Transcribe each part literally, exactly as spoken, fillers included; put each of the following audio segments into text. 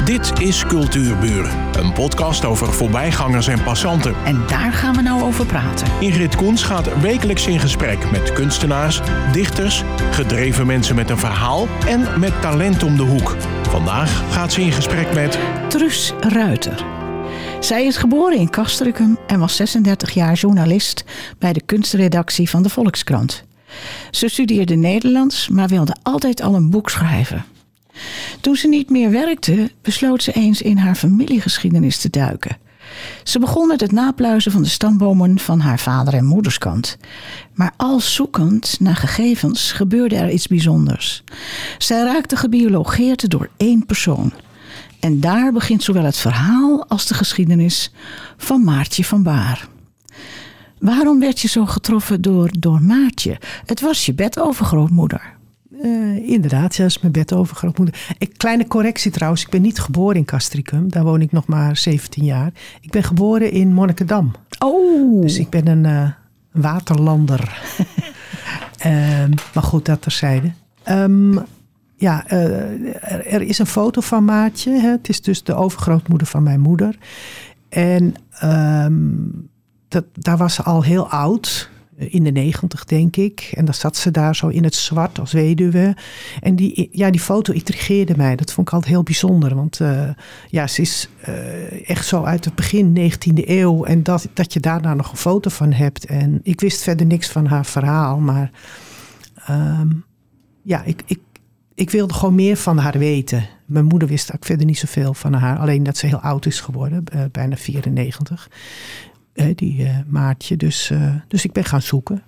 Dit is Cultuurburen, een podcast over voorbijgangers en passanten. En daar gaan we nou over praten. Ingrid Koens gaat wekelijks in gesprek met kunstenaars, dichters, gedreven mensen met een verhaal en met talent om de hoek. Vandaag gaat ze in gesprek met Truus Ruiter. Zij is geboren in Castricum en was zesendertig jaar journalist bij de kunstredactie van de Volkskrant. Ze studeerde Nederlands, maar wilde altijd al een boek schrijven. Toen ze niet meer werkte, besloot ze eens in haar familiegeschiedenis te duiken. Ze begon met het napluizen van de stambomen van haar vader- en moederskant. Maar al zoekend naar gegevens gebeurde er iets bijzonders. Zij raakte gebiologeerd door één persoon. En daar begint zowel het verhaal als de geschiedenis van Maartje van Baar. Waarom werd je zo getroffen door, door Maartje? Het was je bedovergrootmoeder. Uh, inderdaad, ja, dat is mijn bedovergrootmoeder. Ik, kleine correctie trouwens, ik ben niet geboren in Castricum. Daar woon ik nog maar zeventien jaar. Ik ben geboren in Monnikendam. Oh! Dus ik ben een uh, waterlander. uh, maar goed, dat terzijde. Um, ja, uh, er, er is een foto van Maartje. Hè. Het is dus de overgrootmoeder van mijn moeder. En um, dat, daar was ze al heel oud. In de negentig, denk ik. En dan zat ze daar zo in het zwart als weduwe. En die, ja, die foto intrigeerde mij. Dat vond ik altijd heel bijzonder. Want uh, ja, ze is uh, echt zo uit het begin negentiende eeuw. En dat, dat je daarna nog een foto van hebt. En ik wist verder niks van haar verhaal. Maar um, ja, ik, ik, ik wilde gewoon meer van haar weten. Mijn moeder wist ook verder niet zoveel van haar. Alleen dat ze heel oud is geworden. Uh, bijna vierennegentig. Die uh, Maartje. Dus, uh, dus ik ben gaan zoeken.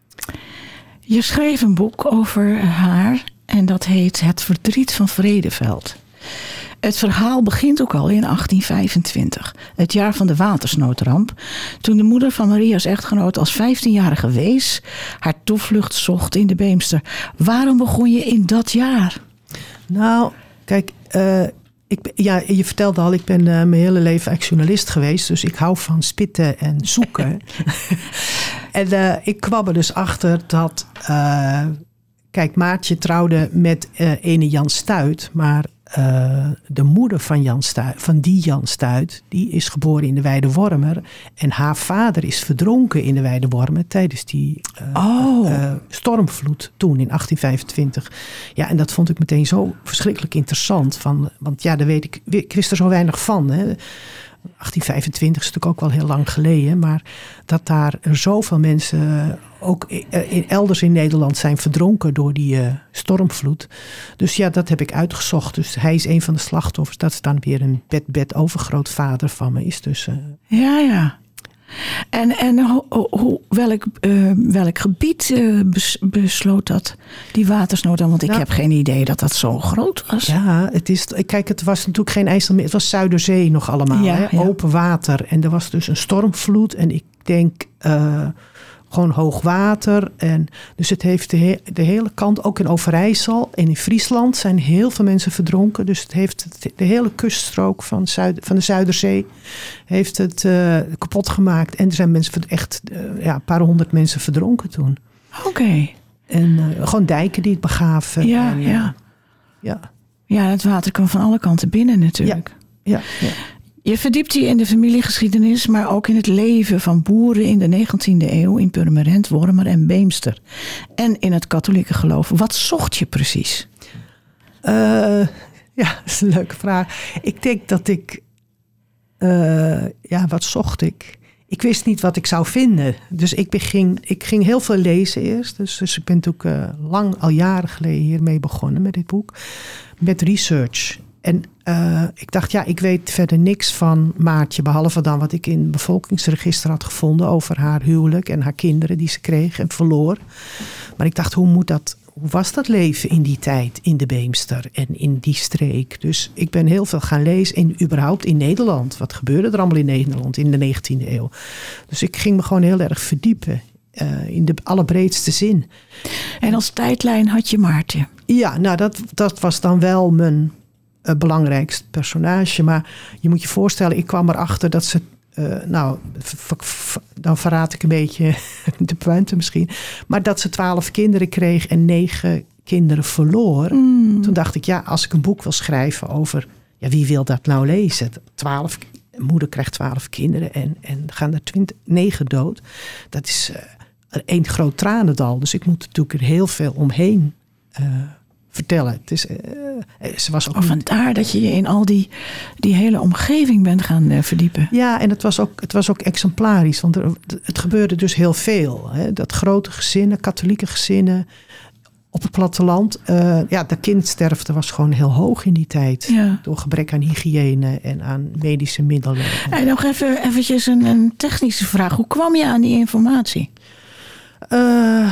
Je schreef een boek over haar en dat heet Het verdriet van Vredeveld. Het verhaal begint ook al in achttien vijfentwintig, het jaar van de watersnoodramp, toen de moeder van Maria's echtgenoot als vijftienjarige wees haar toevlucht zocht in de Beemster. Waarom begon je in dat jaar? Nou, kijk, uh, Ik, ja, je vertelde al, ik ben uh, mijn hele leven eigenlijk journalist geweest. Dus ik hou van spitten en zoeken. en uh, ik kwam er dus achter dat... Uh, kijk, Maartje trouwde met uh, ene Jan Stuit. Maar uh, de moeder van, Jan Stuit, van die Jan Stuit... die is geboren in de Weide Wormer. En haar vader is verdronken in de Weide Wormer... tijdens die uh, oh. uh, stormvloed toen in achttien vijfentwintig. Ja, en dat vond ik meteen zo verschrikkelijk interessant. Van, want ja, daar weet ik, ik wist er zo weinig van. Hè. achttien vijfentwintig is natuurlijk ook wel heel lang geleden. Maar dat daar zoveel mensen... ook in, elders in Nederland zijn verdronken door die uh, stormvloed. Dus ja, dat heb ik uitgezocht. Dus hij is een van de slachtoffers. Dat is dan weer een bed-bed overgrootvader van me is. Dus, uh... Ja, ja. En, en ho, ho, welk, uh, welk gebied uh, bes, besloot dat, die watersnood dan? Want ik nou, heb geen idee dat dat zo groot was. Ja, het is, kijk, het was natuurlijk geen IJsselmeer. Het was Zuiderzee nog allemaal. Ja, hè? ja. Open water. En er was dus een stormvloed. En ik denk... Uh, Gewoon hoog water. En dus het heeft de, he- de hele kant, ook in Overijssel en in Friesland, zijn heel veel mensen verdronken. Dus het heeft het, de hele kuststrook van, Zuid, van de Zuiderzee heeft het uh, kapot gemaakt. En er zijn mensen echt uh, ja, een paar honderd mensen verdronken toen. Oké. Okay. En uh, gewoon dijken die het begaven. Ja, en, ja. ja. Ja, het water kwam van alle kanten binnen natuurlijk. Ja, ja, ja. Je verdiept je in de familiegeschiedenis, maar ook in het leven van boeren in de negentiende eeuw in Purmerend, Wormer en Beemster. En in het katholieke geloof. Wat zocht je precies? Uh, ja, dat is een leuke vraag. Ik denk dat ik... Uh, ja, wat zocht ik? Ik wist niet wat ik zou vinden. Dus ik, begin, ik ging heel veel lezen eerst. Dus, dus ik ben natuurlijk uh, lang, al jaren geleden hiermee begonnen met dit boek. Met research. En uh, ik dacht, ja, ik weet verder niks van Maartje, behalve dan wat ik in het bevolkingsregister had gevonden over haar huwelijk en haar kinderen die ze kreeg en verloor. Maar ik dacht, hoe moet dat, hoe was dat leven in die tijd in de Beemster en in die streek? Dus ik ben heel veel gaan lezen en überhaupt in Nederland. Wat gebeurde er allemaal in Nederland in de negentiende eeuw? Dus ik ging me gewoon heel erg verdiepen uh, in de allerbreedste zin. En als tijdlijn had je Maartje? Ja, nou dat, dat was dan wel mijn... Uh, belangrijkste personage. Maar je moet je voorstellen, ik kwam erachter dat ze... Uh, nou, v- v- dan verraad ik een beetje de punten misschien. Maar dat ze twaalf kinderen kreeg en negen kinderen verloor. Mm. Toen dacht ik, ja, als ik een boek wil schrijven over ja, wie wil dat nou lezen? Twaalf, moeder krijgt twaalf kinderen en, en gaan er twintig, negen dood. Dat is uh, één groot tranendal. Dus ik moet natuurlijk er heel veel omheen uh, vertellen. Het is, uh, ze was ook oh, vandaar niet... dat je je in al die, die hele omgeving bent gaan uh, verdiepen. Ja, en het was ook, het was ook exemplarisch. Want er, het gebeurde dus heel veel. Hè? Dat grote gezinnen, katholieke gezinnen... Op het platteland, uh, ja, de kindsterfte was gewoon heel hoog in die tijd. Ja. Door gebrek aan hygiëne en aan medische middelen. En nog even eventjes een, een technische vraag. Hoe kwam je aan die informatie? Uh,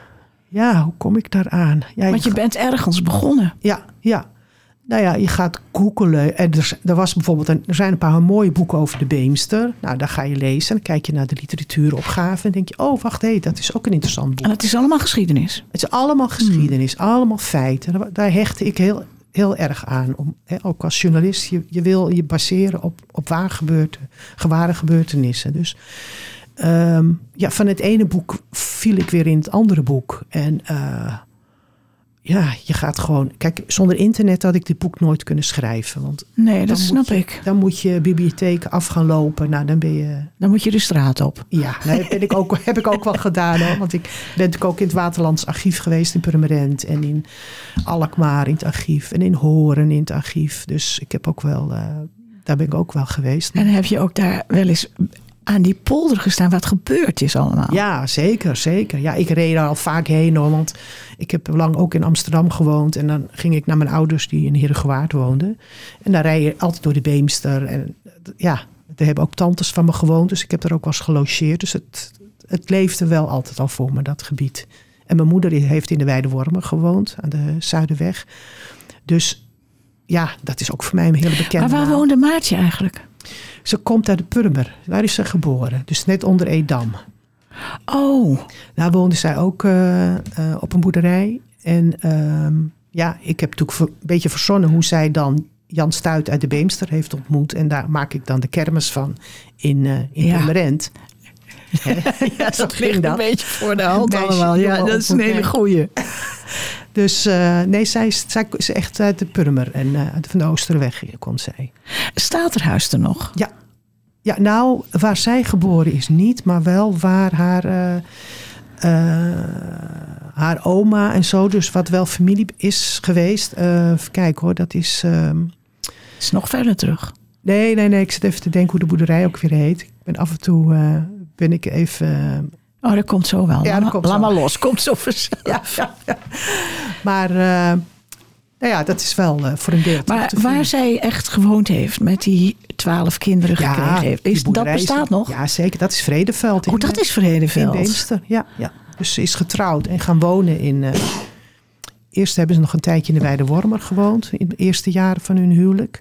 ja, hoe kom ik daar aan? Ja, Want je ga... bent ergens begonnen. Ja, ja. Nou ja, je gaat googelen. En er, er, was bijvoorbeeld een, er zijn een paar mooie boeken over de Beemster. Nou, daar ga je lezen. Dan kijk je naar de literatuuropgave. En denk je, oh, wacht, hé, dat is ook een interessant boek. En het is allemaal geschiedenis? Het is allemaal geschiedenis, hmm. allemaal feiten. Daar, daar hechtte ik heel, heel erg aan. Om, hè, ook als journalist, je, je wil je baseren op, op waar gebeurte, geware gebeurtenissen. Dus um, ja, van het ene boek viel ik weer in het andere boek. En... Uh, Ja, je gaat gewoon... Kijk, zonder internet had ik dit boek nooit kunnen schrijven. Want nee, dat snap je, ik. Dan moet je bibliotheken af gaan lopen. Nou, dan ben je... Dan moet je de straat op. Ja, dat ben ik ook, heb ik ook wel gedaan. Hoor. Want ik ben natuurlijk ook in het Waterlands archief geweest in Purmerend. En in Alkmaar in het archief. En in Horen in het archief. Dus ik heb ook wel... Uh, daar ben ik ook wel geweest. En heb je ook daar wel eens... aan die polder gestaan, wat gebeurd is allemaal. Ja, zeker, zeker. Ja, ik reed er al vaak heen, hoor, want ik heb lang ook in Amsterdam gewoond. En dan ging ik naar mijn ouders die in Herengewaard woonden. En daar rijd je altijd door de Beemster. En ja, er hebben ook tantes van me gewoond, dus ik heb er ook wel eens gelogeerd. Dus het, het leefde wel altijd al voor me, dat gebied. En mijn moeder heeft in de Weidewormen gewoond, aan de Zuiderweg. Dus ja, dat is ook voor mij een hele bekende Maar waar naam. woonde Maartje eigenlijk? Ze komt uit de Purmer. Daar is ze geboren. Dus net onder Edam. Oh. Daar woonde zij ook uh, uh, op een boerderij. En uh, ja, ik heb natuurlijk een beetje verzonnen hoe zij dan Jan Stuit uit de Beemster heeft ontmoet. En daar maak ik dan de kermis van in, uh, in ja. Purmerend. Ja, dat ligt een beetje voor de hand Meisje, allemaal. Ja, dat is een hele goeie. Dus uh, nee, zij is, zij is echt uit de Purmer en uh, van de Oosterweg komt zij. Staat er huis er nog? Ja. Ja, nou, waar zij geboren is niet, maar wel waar haar, uh, uh, haar oma en zo, dus wat wel familie is geweest. Uh, even kijken hoor, dat is... Uh, is nog verder terug? Nee, nee, nee, ik zit even te denken hoe de boerderij ook weer heet. Ik ben af en toe, uh, ben ik even... Uh, Oh, dat komt zo wel. Ja, dat komt Laat zo. maar los, komt zo vanzelf. Ja, ja, ja. Maar uh, nou ja, dat is wel uh, voor een deel. Maar waar zij echt gewoond heeft, met die twaalf kinderen ja, gekregen heeft, is, dat bestaat is, nog? Ja, zeker. Dat is Vredeveld. Oh, dat is Vredeveld. In Beemster, ja, ja. Dus ze is getrouwd en gaan wonen in... Uh, eerst hebben ze nog een tijdje in de Weidewormer gewoond, in de eerste jaren van hun huwelijk.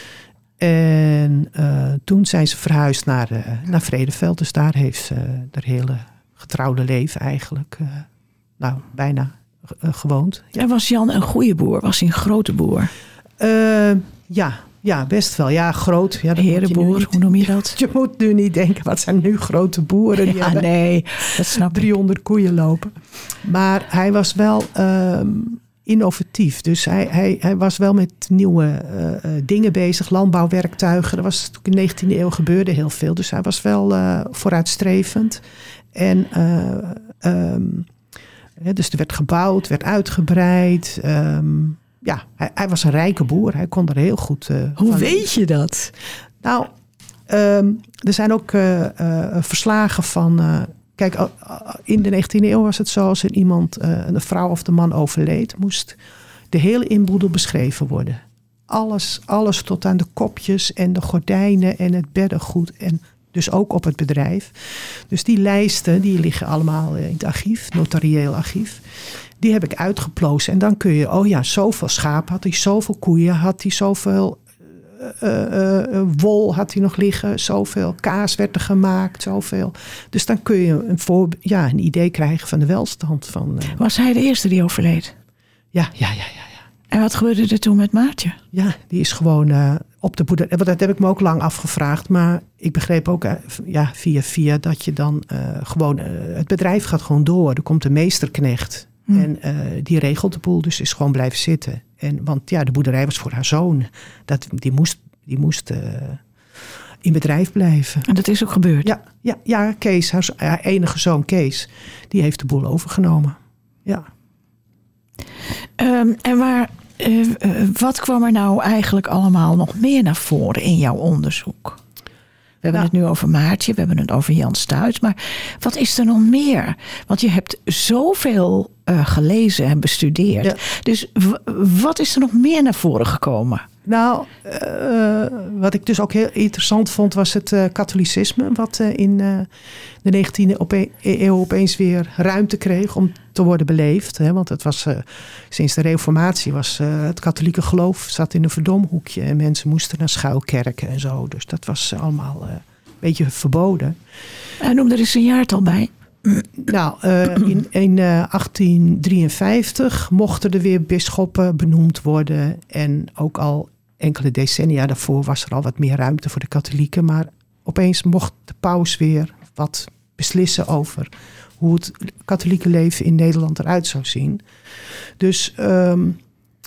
En uh, toen zijn ze verhuisd naar, uh, naar Vredeveld. Dus daar heeft ze haar hele getrouwde leven eigenlijk uh, nou, bijna uh, gewoond. Ja. En was Jan een goede boer? Was hij een grote boer? Uh, ja, ja, best wel. Ja, groot. Ja, herenboer, hoe noem je dat? Je moet nu niet denken, wat zijn nu grote boeren? Die ja, nee, dat snap ik. driehonderd koeien lopen. Maar hij was wel... Um, innovatief. Dus hij, hij, hij was wel met nieuwe uh, dingen bezig. Landbouwwerktuigen. Dat was natuurlijk in de negentiende eeuw gebeurde heel veel. Dus hij was wel uh, vooruitstrevend. En uh, um, dus er werd gebouwd, werd uitgebreid. Um, ja, hij, hij was een rijke boer. Hij kon er heel goed uh, Hoe van weet leven. je dat? Nou, um, er zijn ook uh, uh, verslagen van... Uh, Kijk, in de negentiende eeuw was het zo, als er iemand, een vrouw of de man overleed, moest de hele inboedel beschreven worden. Alles, alles tot aan de kopjes en de gordijnen en het beddengoed en dus ook op het bedrijf. Dus die lijsten, die liggen allemaal in het archief, notarieel archief. Die heb ik uitgeplozen en dan kun je, oh ja, zoveel schapen had hij, zoveel koeien had hij, zoveel... Uh, uh, uh, wol had hij nog liggen, zoveel kaas werd er gemaakt, zoveel. Dus dan kun je een, voor, ja, een idee krijgen van de welstand. Van, uh... Was hij de eerste die overleed? Ja, ja, ja, ja, ja. En wat gebeurde er toen met Maartje? Ja, die is gewoon uh, op de boerderij. Dat heb ik me ook lang afgevraagd, maar ik begreep ook uh, ja, via via dat je dan uh, gewoon, uh, het bedrijf gaat gewoon door. Er komt een meesterknecht Hm. En uh, die regelt de boel, dus is gewoon blijven zitten. En, want ja, de boerderij was voor haar zoon. Dat, die moest, die moest uh, in bedrijf blijven. En dat is ook gebeurd? Ja, ja, ja Kees, haar, haar enige zoon Kees, die heeft de boel overgenomen. Ja. Um, en waar, uh, uh, wat kwam er nou eigenlijk allemaal nog meer naar voren in jouw onderzoek? We hebben nou, het nu over Maartje, we hebben het over Jan Stuits. Maar wat is er nog meer? Want je hebt zoveel uh, gelezen en bestudeerd. Ja. Dus w- wat is er nog meer naar voren gekomen? Nou, uh, wat ik dus ook heel interessant vond was het uh, katholicisme. Wat uh, in uh, de negentiende ope- eeuw opeens weer ruimte kreeg om te worden beleefd. Hè? Want het was, uh, sinds de reformatie was uh, het katholieke geloof zat in een verdomhoekje. En mensen moesten naar schuilkerken en zo. Dus dat was uh, allemaal uh, een beetje verboden. En noem er eens een jaartal bij. Nou, uh, in, in uh, achttien drieënvijftig mochten er weer bisschoppen benoemd worden. En ook al enkele decennia daarvoor was er al wat meer ruimte voor de katholieken. Maar opeens mocht de paus weer wat beslissen over hoe het katholieke leven in Nederland eruit zou zien. Dus um,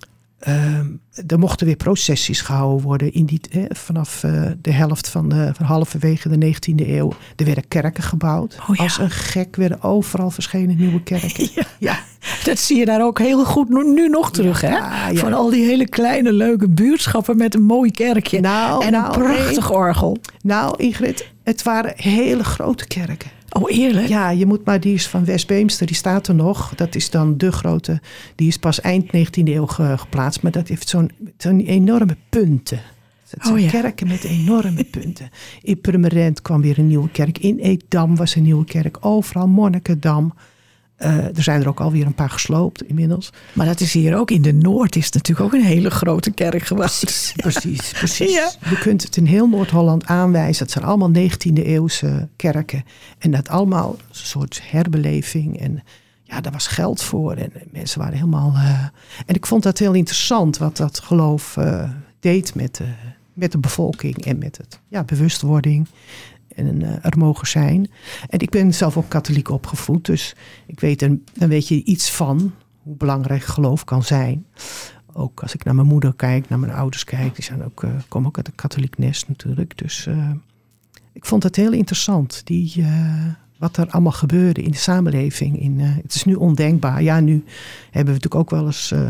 um, er mochten weer processies gehouden worden in die, eh, vanaf uh, de helft van de van halverwege de negentiende eeuw. Er werden kerken gebouwd. Oh ja. Als een gek werden overal verschenen nieuwe kerken. Ja. Ja. Dat zie je daar ook heel goed nu nog terug, ja, hè? Ja. Van al die hele kleine leuke buurtschappen met een mooi kerkje. Nou, en nou, een prachtig nee. orgel. Nou, Ingrid, het waren hele grote kerken. Oh, eerlijk? Ja, je moet maar, die is van West-Beemster, die staat er nog. Dat is dan de grote, die is pas eind negentiende eeuw ge, geplaatst. Maar dat heeft zo'n, zo'n enorme punten. Dat zijn oh, ja. kerken met enorme punten. In Purmerend kwam weer een nieuwe kerk. In Edam was een nieuwe kerk. Overal, Monnikendam. Uh, er zijn er ook alweer een paar gesloopt inmiddels. Maar dat is hier ook in de Noord. Is natuurlijk ook een hele grote kerk geweest. Precies, precies. precies. Ja. Je kunt het in heel Noord-Holland aanwijzen. Het zijn allemaal negentiende eeuwse kerken. En dat allemaal een soort herbeleving. En ja, daar was geld voor. En mensen waren helemaal... Uh... En ik vond dat heel interessant wat dat geloof uh, deed met de, met de bevolking. En met het ja, bewustwording. En uh, er mogen zijn. En ik ben zelf ook katholiek opgevoed. Dus ik weet er, dan weet je iets van hoe belangrijk geloof kan zijn. Ook als ik naar mijn moeder kijk, naar mijn ouders kijk. Die zijn ook, uh, komen ook uit een katholiek nest natuurlijk. Dus uh, ik vond het heel interessant. Die, uh, wat er allemaal gebeurde in de samenleving. In, uh, het is nu ondenkbaar. Ja, nu hebben we natuurlijk ook wel eens uh, uh,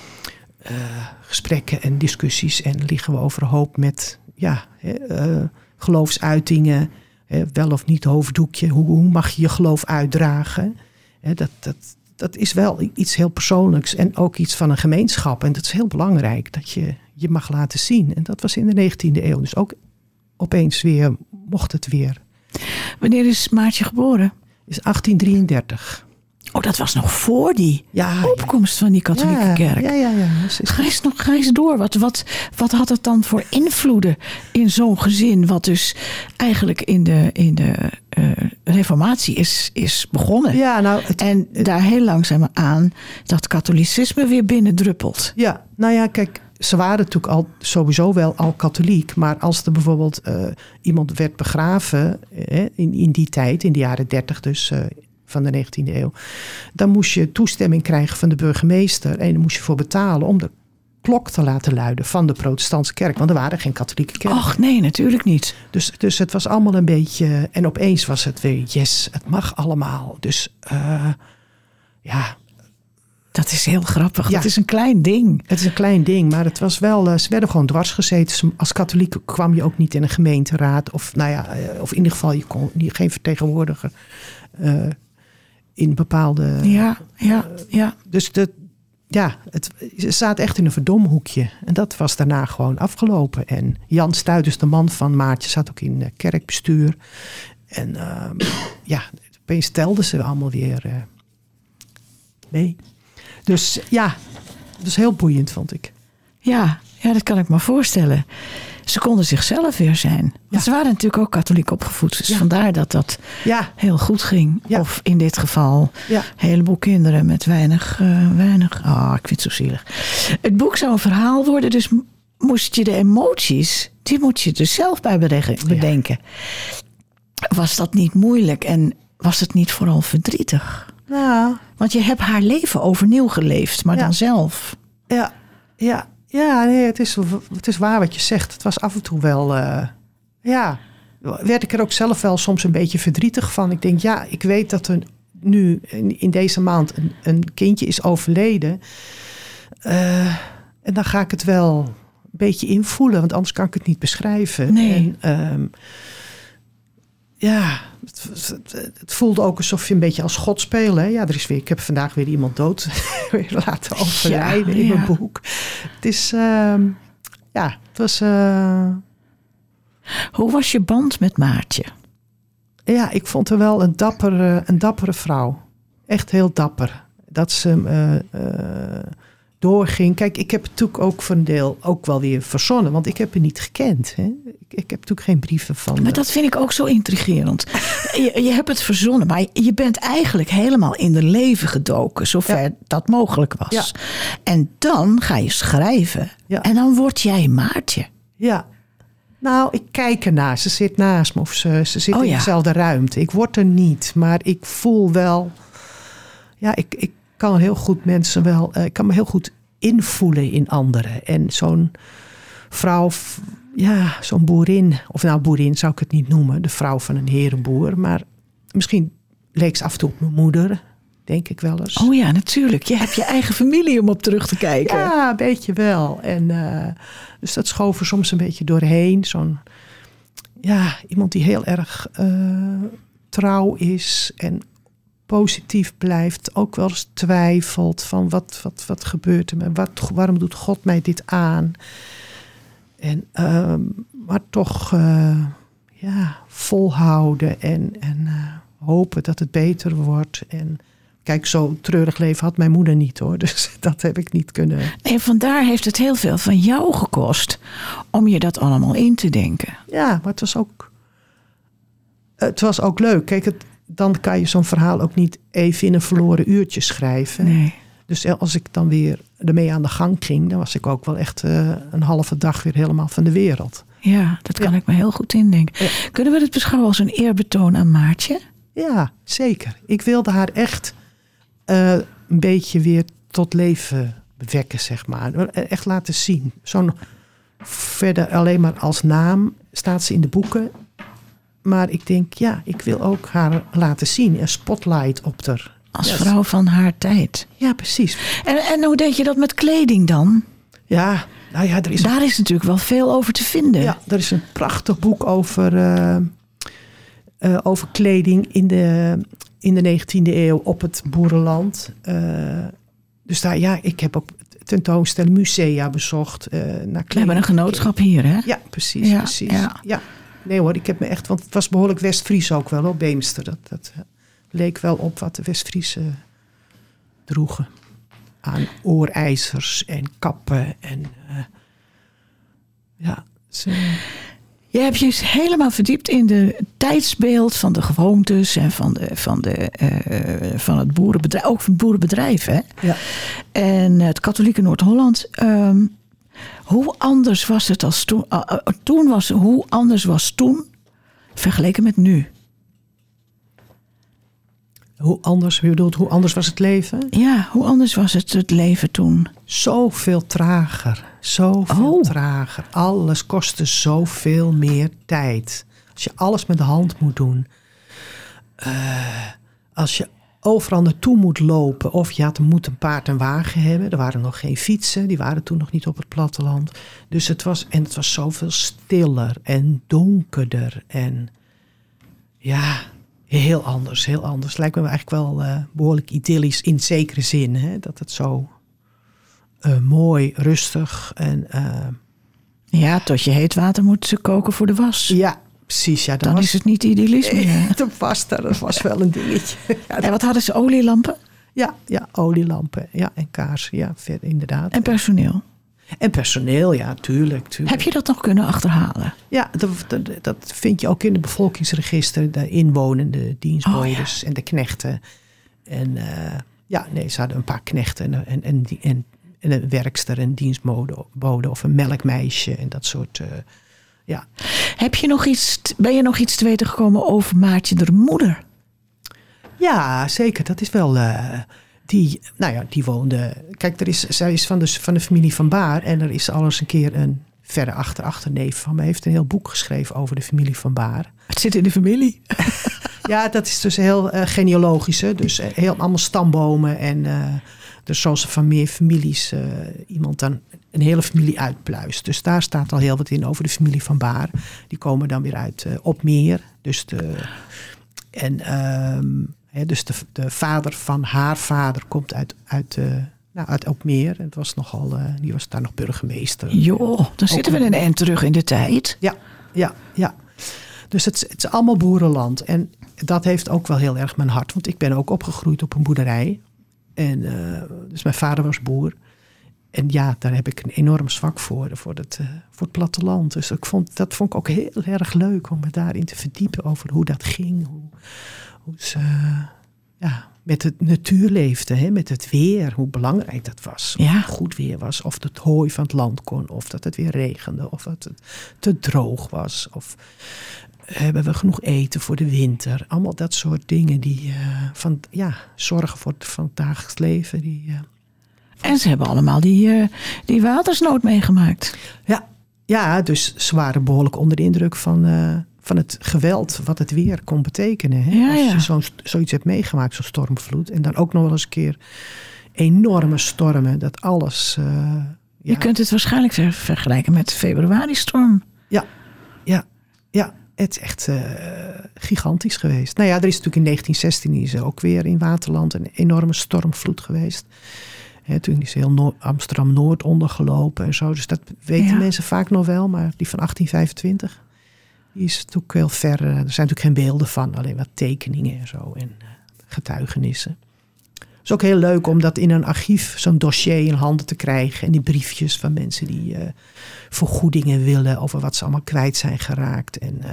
gesprekken en discussies. En liggen we overhoop met... ja. Uh, geloofsuitingen, hè, wel of niet hoofddoekje. Hoe, hoe mag je je geloof uitdragen? Hè, dat, dat, dat is wel iets heel persoonlijks en ook iets van een gemeenschap. En dat is heel belangrijk, dat je je mag laten zien. En dat was in de negentiende eeuw. Dus ook opeens weer, mocht het weer. Wanneer is Maartje geboren? Is achttien drieëndertig. Oh, dat was nog voor die ja, opkomst ja. van die katholieke ja, kerk. Ja, ja, ja. Dus ga, eens nog, ga eens door. Wat, wat, wat had het dan voor invloeden in zo'n gezin... wat dus eigenlijk in de, in de uh, reformatie is, is begonnen. Ja, nou, het, en het, daar heel langzaam aan dat katholicisme weer binnendruppelt. Ja, nou ja, kijk... Ze waren natuurlijk al sowieso wel al katholiek. Maar als er bijvoorbeeld uh, iemand werd begraven... Eh, in, in die tijd, in de jaren dertig dus... Uh, van de negentiende eeuw. Dan moest je toestemming krijgen van de burgemeester. En daar moest je voor betalen om de klok te laten luiden van de protestantse kerk. Want er waren geen katholieke kerken. Ach nee, natuurlijk niet. Dus, dus het was allemaal een beetje... En opeens was het weer, yes, het mag allemaal. Dus uh, ja... Dat is heel grappig. Ja. Dat is een klein ding. Het is een klein ding, maar het was wel... Uh, ze werden gewoon dwars gezeten. Als katholiek kwam je ook niet in een gemeenteraad. Of, nou ja, uh, of in ieder geval, je kon je geen vertegenwoordiger... Uh, in bepaalde... Ja, ja, ja. Uh, dus de, ja, het staat echt in een verdomhoekje. En dat was daarna gewoon afgelopen. En Jan Stuits, de man van Maartje, zat ook in uh, kerkbestuur. En uh, ja, opeens telden ze allemaal weer uh, mee. Dus ja, dat is heel boeiend, vond ik. Ja, ja, dat kan ik me voorstellen. Ze konden zichzelf weer zijn. Want ja. Ze waren natuurlijk ook katholiek opgevoed. Dus ja. Vandaar dat dat ja. heel goed ging. Ja. Of in dit geval ja. een heleboel kinderen met weinig... Uh, weinig oh, ik vind het zo zielig. Het boek zou een verhaal worden. Dus moest je de emoties... die moet je dus zelf bij bedenken. Ja. Was dat niet moeilijk? En was het niet vooral verdrietig? Nou, Want je hebt haar leven overnieuw geleefd, maar Ja. dan zelf. ja, ja, ja nee, het is, het is waar wat je zegt. Het was af en toe wel... Uh, ja, werd ik er ook zelf wel soms een beetje verdrietig van. Ik denk, ja, ik weet dat er nu in, in deze maand een, een kindje is overleden. Uh, en dan ga ik het wel een beetje invoelen, want anders kan ik het niet beschrijven. Nee. En, um, ja, het, het, het voelde ook alsof je een beetje als God speelde. Hè? Ja, er is weer, ik heb vandaag weer iemand dood weer laten overlijden Ja, in ja. mijn boek. Het is, um, ja, het was... Uh, Hoe was je band met Maartje? Ja, ik vond haar wel een dappere, een dappere vrouw. Echt heel dapper. Dat ze uh, uh, doorging. Kijk, ik heb het natuurlijk ook voor een deel ook wel weer verzonnen. Want ik heb haar niet gekend. Hè? Ik, ik heb natuurlijk geen brieven van... Maar dat vind ik ook zo intrigerend. Je, je hebt het verzonnen, maar je bent eigenlijk helemaal in de leven gedoken. Zover Ja. dat mogelijk was. Ja. En dan ga je schrijven. Ja. En dan word jij Maartje. Ja. Nou, ik kijk ernaar. Ze zit naast me of ze, ze zit Oh, in ja. dezelfde ruimte. Ik word er niet, maar ik voel wel... Ja, ik, ik kan heel goed mensen wel... Uh, ik kan me heel goed invoelen in anderen. En zo'n vrouw, ja, zo'n boerin... Of nou, boerin zou ik het niet noemen. De vrouw van een herenboer. Maar misschien leek ze af en toe op mijn moeder. Denk ik wel eens. Oh ja, natuurlijk. Je hebt je eigen familie om op terug te kijken. Ja, een beetje wel. En uh, dus dat schoof er soms een beetje doorheen. Zo'n, ja, iemand die heel erg uh, trouw is en positief blijft. Ook wel eens twijfelt van wat, wat, wat gebeurt er met wat, waarom doet God mij dit aan? En, uh, maar toch uh, ja, volhouden en, en uh, hopen dat het beter wordt. En kijk, zo'n treurig leven had mijn moeder niet hoor. Dus dat heb ik niet kunnen. En vandaar heeft het heel veel van jou gekost om je dat allemaal in te denken. Ja, maar het was ook, het was ook leuk. Kijk, het, dan kan je zo'n verhaal ook niet even in een verloren uurtje schrijven. Nee. Dus als ik dan weer ermee aan de gang ging, dan was ik ook wel echt uh, een halve dag weer helemaal van de wereld. Ja, dat kan Ja. ik me heel goed indenken. Ja. Kunnen we het beschouwen als een eerbetoon aan Maartje? Ja, zeker. Ik wilde haar echt uh, een beetje weer tot leven wekken, zeg maar. Echt laten zien. Zo'n verder alleen maar als naam staat ze in de boeken. Maar ik denk, ja, ik wil ook haar laten zien. Een spotlight op haar. Als Yes. vrouw van haar tijd. Ja, precies. En, en hoe deed je dat met kleding dan? Ja, nou ja, er is, Daar is natuurlijk wel veel over te vinden. ja, er is een prachtig boek over, uh, uh, over kleding in de, in de negentiende eeuw op het boerenland. Uh, dus daar, ja, ik heb ook tentoonstellingen, musea bezocht. Uh, naar kleding. We hebben een genootschap hier, hè? Ja, precies, Ja, precies. ja. Ja. Nee hoor, ik heb me echt, want het was behoorlijk West-Fries ook wel, hoor, Beemster. Dat, dat leek wel op wat de West-Friese droegen. Aan oorijzers en kappen en uh, ja. Ze... Je hebt je helemaal verdiept in de tijdsbeeld van de gewoontes en van, de, van, de, uh, van het boerenbedrijf, ook van het boerenbedrijf, hè? Ja. En het katholieke Noord-Holland. Um, hoe anders was het als toen? Uh, uh, toen was, hoe anders was toen vergeleken met nu? Hoe anders, wie bedoelt, hoe anders was het leven? Ja, hoe anders was het, het leven toen? Zoveel trager. Zoveel Oh. trager. Alles kostte zoveel meer tijd. Als je alles met de hand moet doen. Uh, als je overal naartoe moet lopen. Of je had, moet een paard en wagen hebben. Er waren nog geen fietsen. Die waren toen nog niet op het platteland. Dus het was, en het was zoveel stiller en donkerder. En ja, heel anders, heel anders. Lijkt me eigenlijk wel uh, behoorlijk idyllisch in zekere zin. Hè? Dat het zo uh, mooi, rustig en... Uh, Ja, tot je heet water moet koken voor de was. ja, precies. Ja, Dan was, is het niet idyllisch meer. dat was, dat was wel een dingetje. Ja, En wat hadden ze? Olielampen ja, ja, olielampen ja, en kaarsen. Ja, verder, inderdaad. en personeel. En personeel, ja, tuurlijk. tuurlijk. Heb je dat nog kunnen achterhalen? Ja, dat, dat, dat vind je ook in het bevolkingsregister. De inwonende dienstbodes Oh, ja. en de knechten. En uh, ja, nee, ze hadden een paar knechten en, en, en, en, en een werkster en dienstbode of een melkmeisje en dat soort... Uh, ja. Heb je nog iets, ben je nog iets te weten gekomen over Maartje de moeder? Ja, zeker. Dat is wel... Uh, die, nou ja, die woonde... Kijk, er is, zij is van de, van de familie Van Baar. En er is al eens een keer een verre achter achterneef van me. heeft een heel boek geschreven over de familie Van Baar. Het zit in de familie. Ja, dat is dus heel uh, genealogisch. Hè? Dus heel allemaal stambomen. En uh, dus zoals er van meer families uh, iemand dan een hele familie uitpluist. Dus daar staat al heel wat in over de familie Van Baar. Die komen dan weer uit uh, Opmeer. Dus de... En... Um, He, dus de, de vader van haar vader komt uit, uit, uh, nou, uit Opmeer. Het was nogal, uh, die was daar nog burgemeester. Joh, dan zitten we een eind terug in de tijd. Ja, ja, ja. Dus het, het is allemaal boerenland. En dat heeft ook wel heel erg mijn hart. Want ik ben ook opgegroeid op een boerderij. En, uh, dus mijn vader was boer. En ja, daar heb ik een enorm zwak voor. Voor het, uh, voor het platteland. Dus ik vond, dat vond ik ook heel erg leuk om me daarin te verdiepen. Over hoe dat ging. Hoe, hoe ze ja, met het natuur leefden. Hè? Met het weer. Hoe belangrijk dat was. Of Ja. het goed weer was. Of het hooi van het land kon. Of dat het weer regende. Of dat het te droog was. Of hebben we genoeg eten voor de winter. Allemaal dat soort dingen die uh, van, ja, zorgen voor het, van het dagelijks leven. Die, uh, En ze hebben allemaal die, uh, die watersnood meegemaakt. ja, ja, dus ze waren behoorlijk onder de indruk van, uh, van het geweld wat het weer kon betekenen. Hè? Ja, Als ja. je zo, zoiets hebt meegemaakt, zo'n stormvloed. En dan ook nog wel eens een keer enorme stormen. Dat alles... Uh, Je ja, kunt het waarschijnlijk ver- vergelijken met de februari-storm. ja, ja, ja, het is echt uh, gigantisch geweest. Nou ja, er is natuurlijk in negentien zestien is er ook weer in Waterland een enorme stormvloed geweest. He, toen is heel Noord- Amsterdam-Noord ondergelopen en zo. Dus dat weten Ja. mensen vaak nog wel. Maar die van achttien vijfentwintig, die is natuurlijk heel ver. Er zijn natuurlijk geen beelden van, alleen wat tekeningen en zo. En uh, getuigenissen. Het is ook heel leuk om dat in een archief, zo'n dossier in handen te krijgen. En die briefjes van mensen die uh, vergoedingen willen over wat ze allemaal kwijt zijn geraakt. En uh,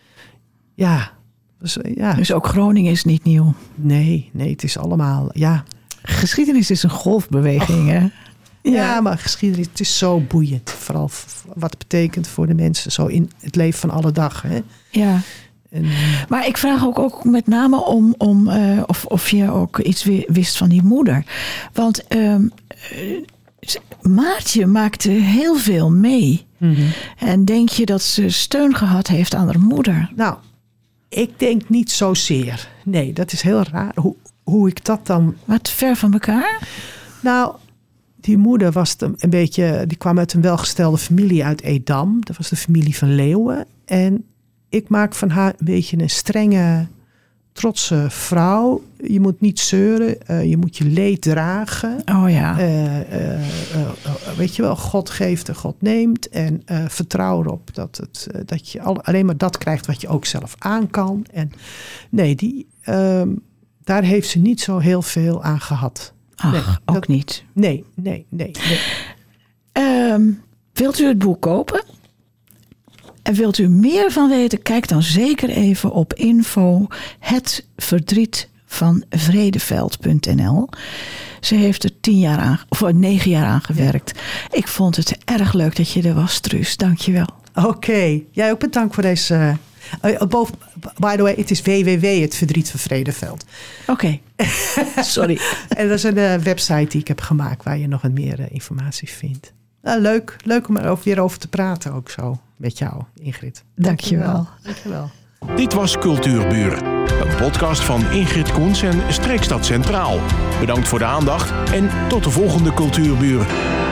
ja, dus, uh, ja, Dus ook Groningen is niet nieuw. nee, nee, het is allemaal, ja... Geschiedenis is een golfbeweging, hè? Ja, maar geschiedenis, het is zo boeiend. Vooral v- wat het betekent voor de mensen zo in het leven van alle dag. Hè? Ja. En, uh, Maar ik vraag ook, ook met name om, om uh, of, of je ook iets wi- wist van die moeder. Want um, uh, Maartje maakte heel veel mee. mm-hmm. En denk je dat ze steun gehad heeft aan haar moeder? Nou, ik denk niet zozeer. Nee, dat is heel raar hoe, hoe ik dat dan... Wat ver van elkaar? Nou, die moeder was een beetje... Die kwam uit een welgestelde familie uit Edam. Dat was de familie van Leeuwen. En ik maak van haar een beetje een strenge, trotse vrouw. Je moet niet zeuren. Uh, je moet je leed dragen. Oh ja. Uh, uh, uh, uh, weet je wel, God geeft en God neemt. En uh, vertrouw erop dat, het, uh, dat je al, alleen maar dat krijgt wat je ook zelf aan kan. En nee, die, uh, daar heeft ze niet zo heel veel aan gehad. Ach, nee, ook dat, niet. Nee, nee, nee. nee. Um, wilt u het boek kopen? En wilt u meer van weten? Kijk dan zeker even op info het verdriet van vredeveld punt n l. Ze heeft er tien jaar aan, of negen jaar aan gewerkt. Ik vond het erg leuk dat je er was, Truus. Dank je wel. Oké, okay. Jij ook bedankt voor deze... Uh, boven, by the way, het is w w w punt het verdriet van Vredeveld. Oké, okay. Sorry. En dat is een uh, website die ik heb gemaakt waar je nog wat meer uh, informatie vindt. Nou, leuk, leuk om er ook weer over te praten, ook zo met jou, Ingrid. Dank je wel. Dank je wel. Dit was Cultuurburen, een podcast van Ingrid Koens en Streekstad Centraal. Bedankt voor de aandacht en tot de volgende Cultuurburen.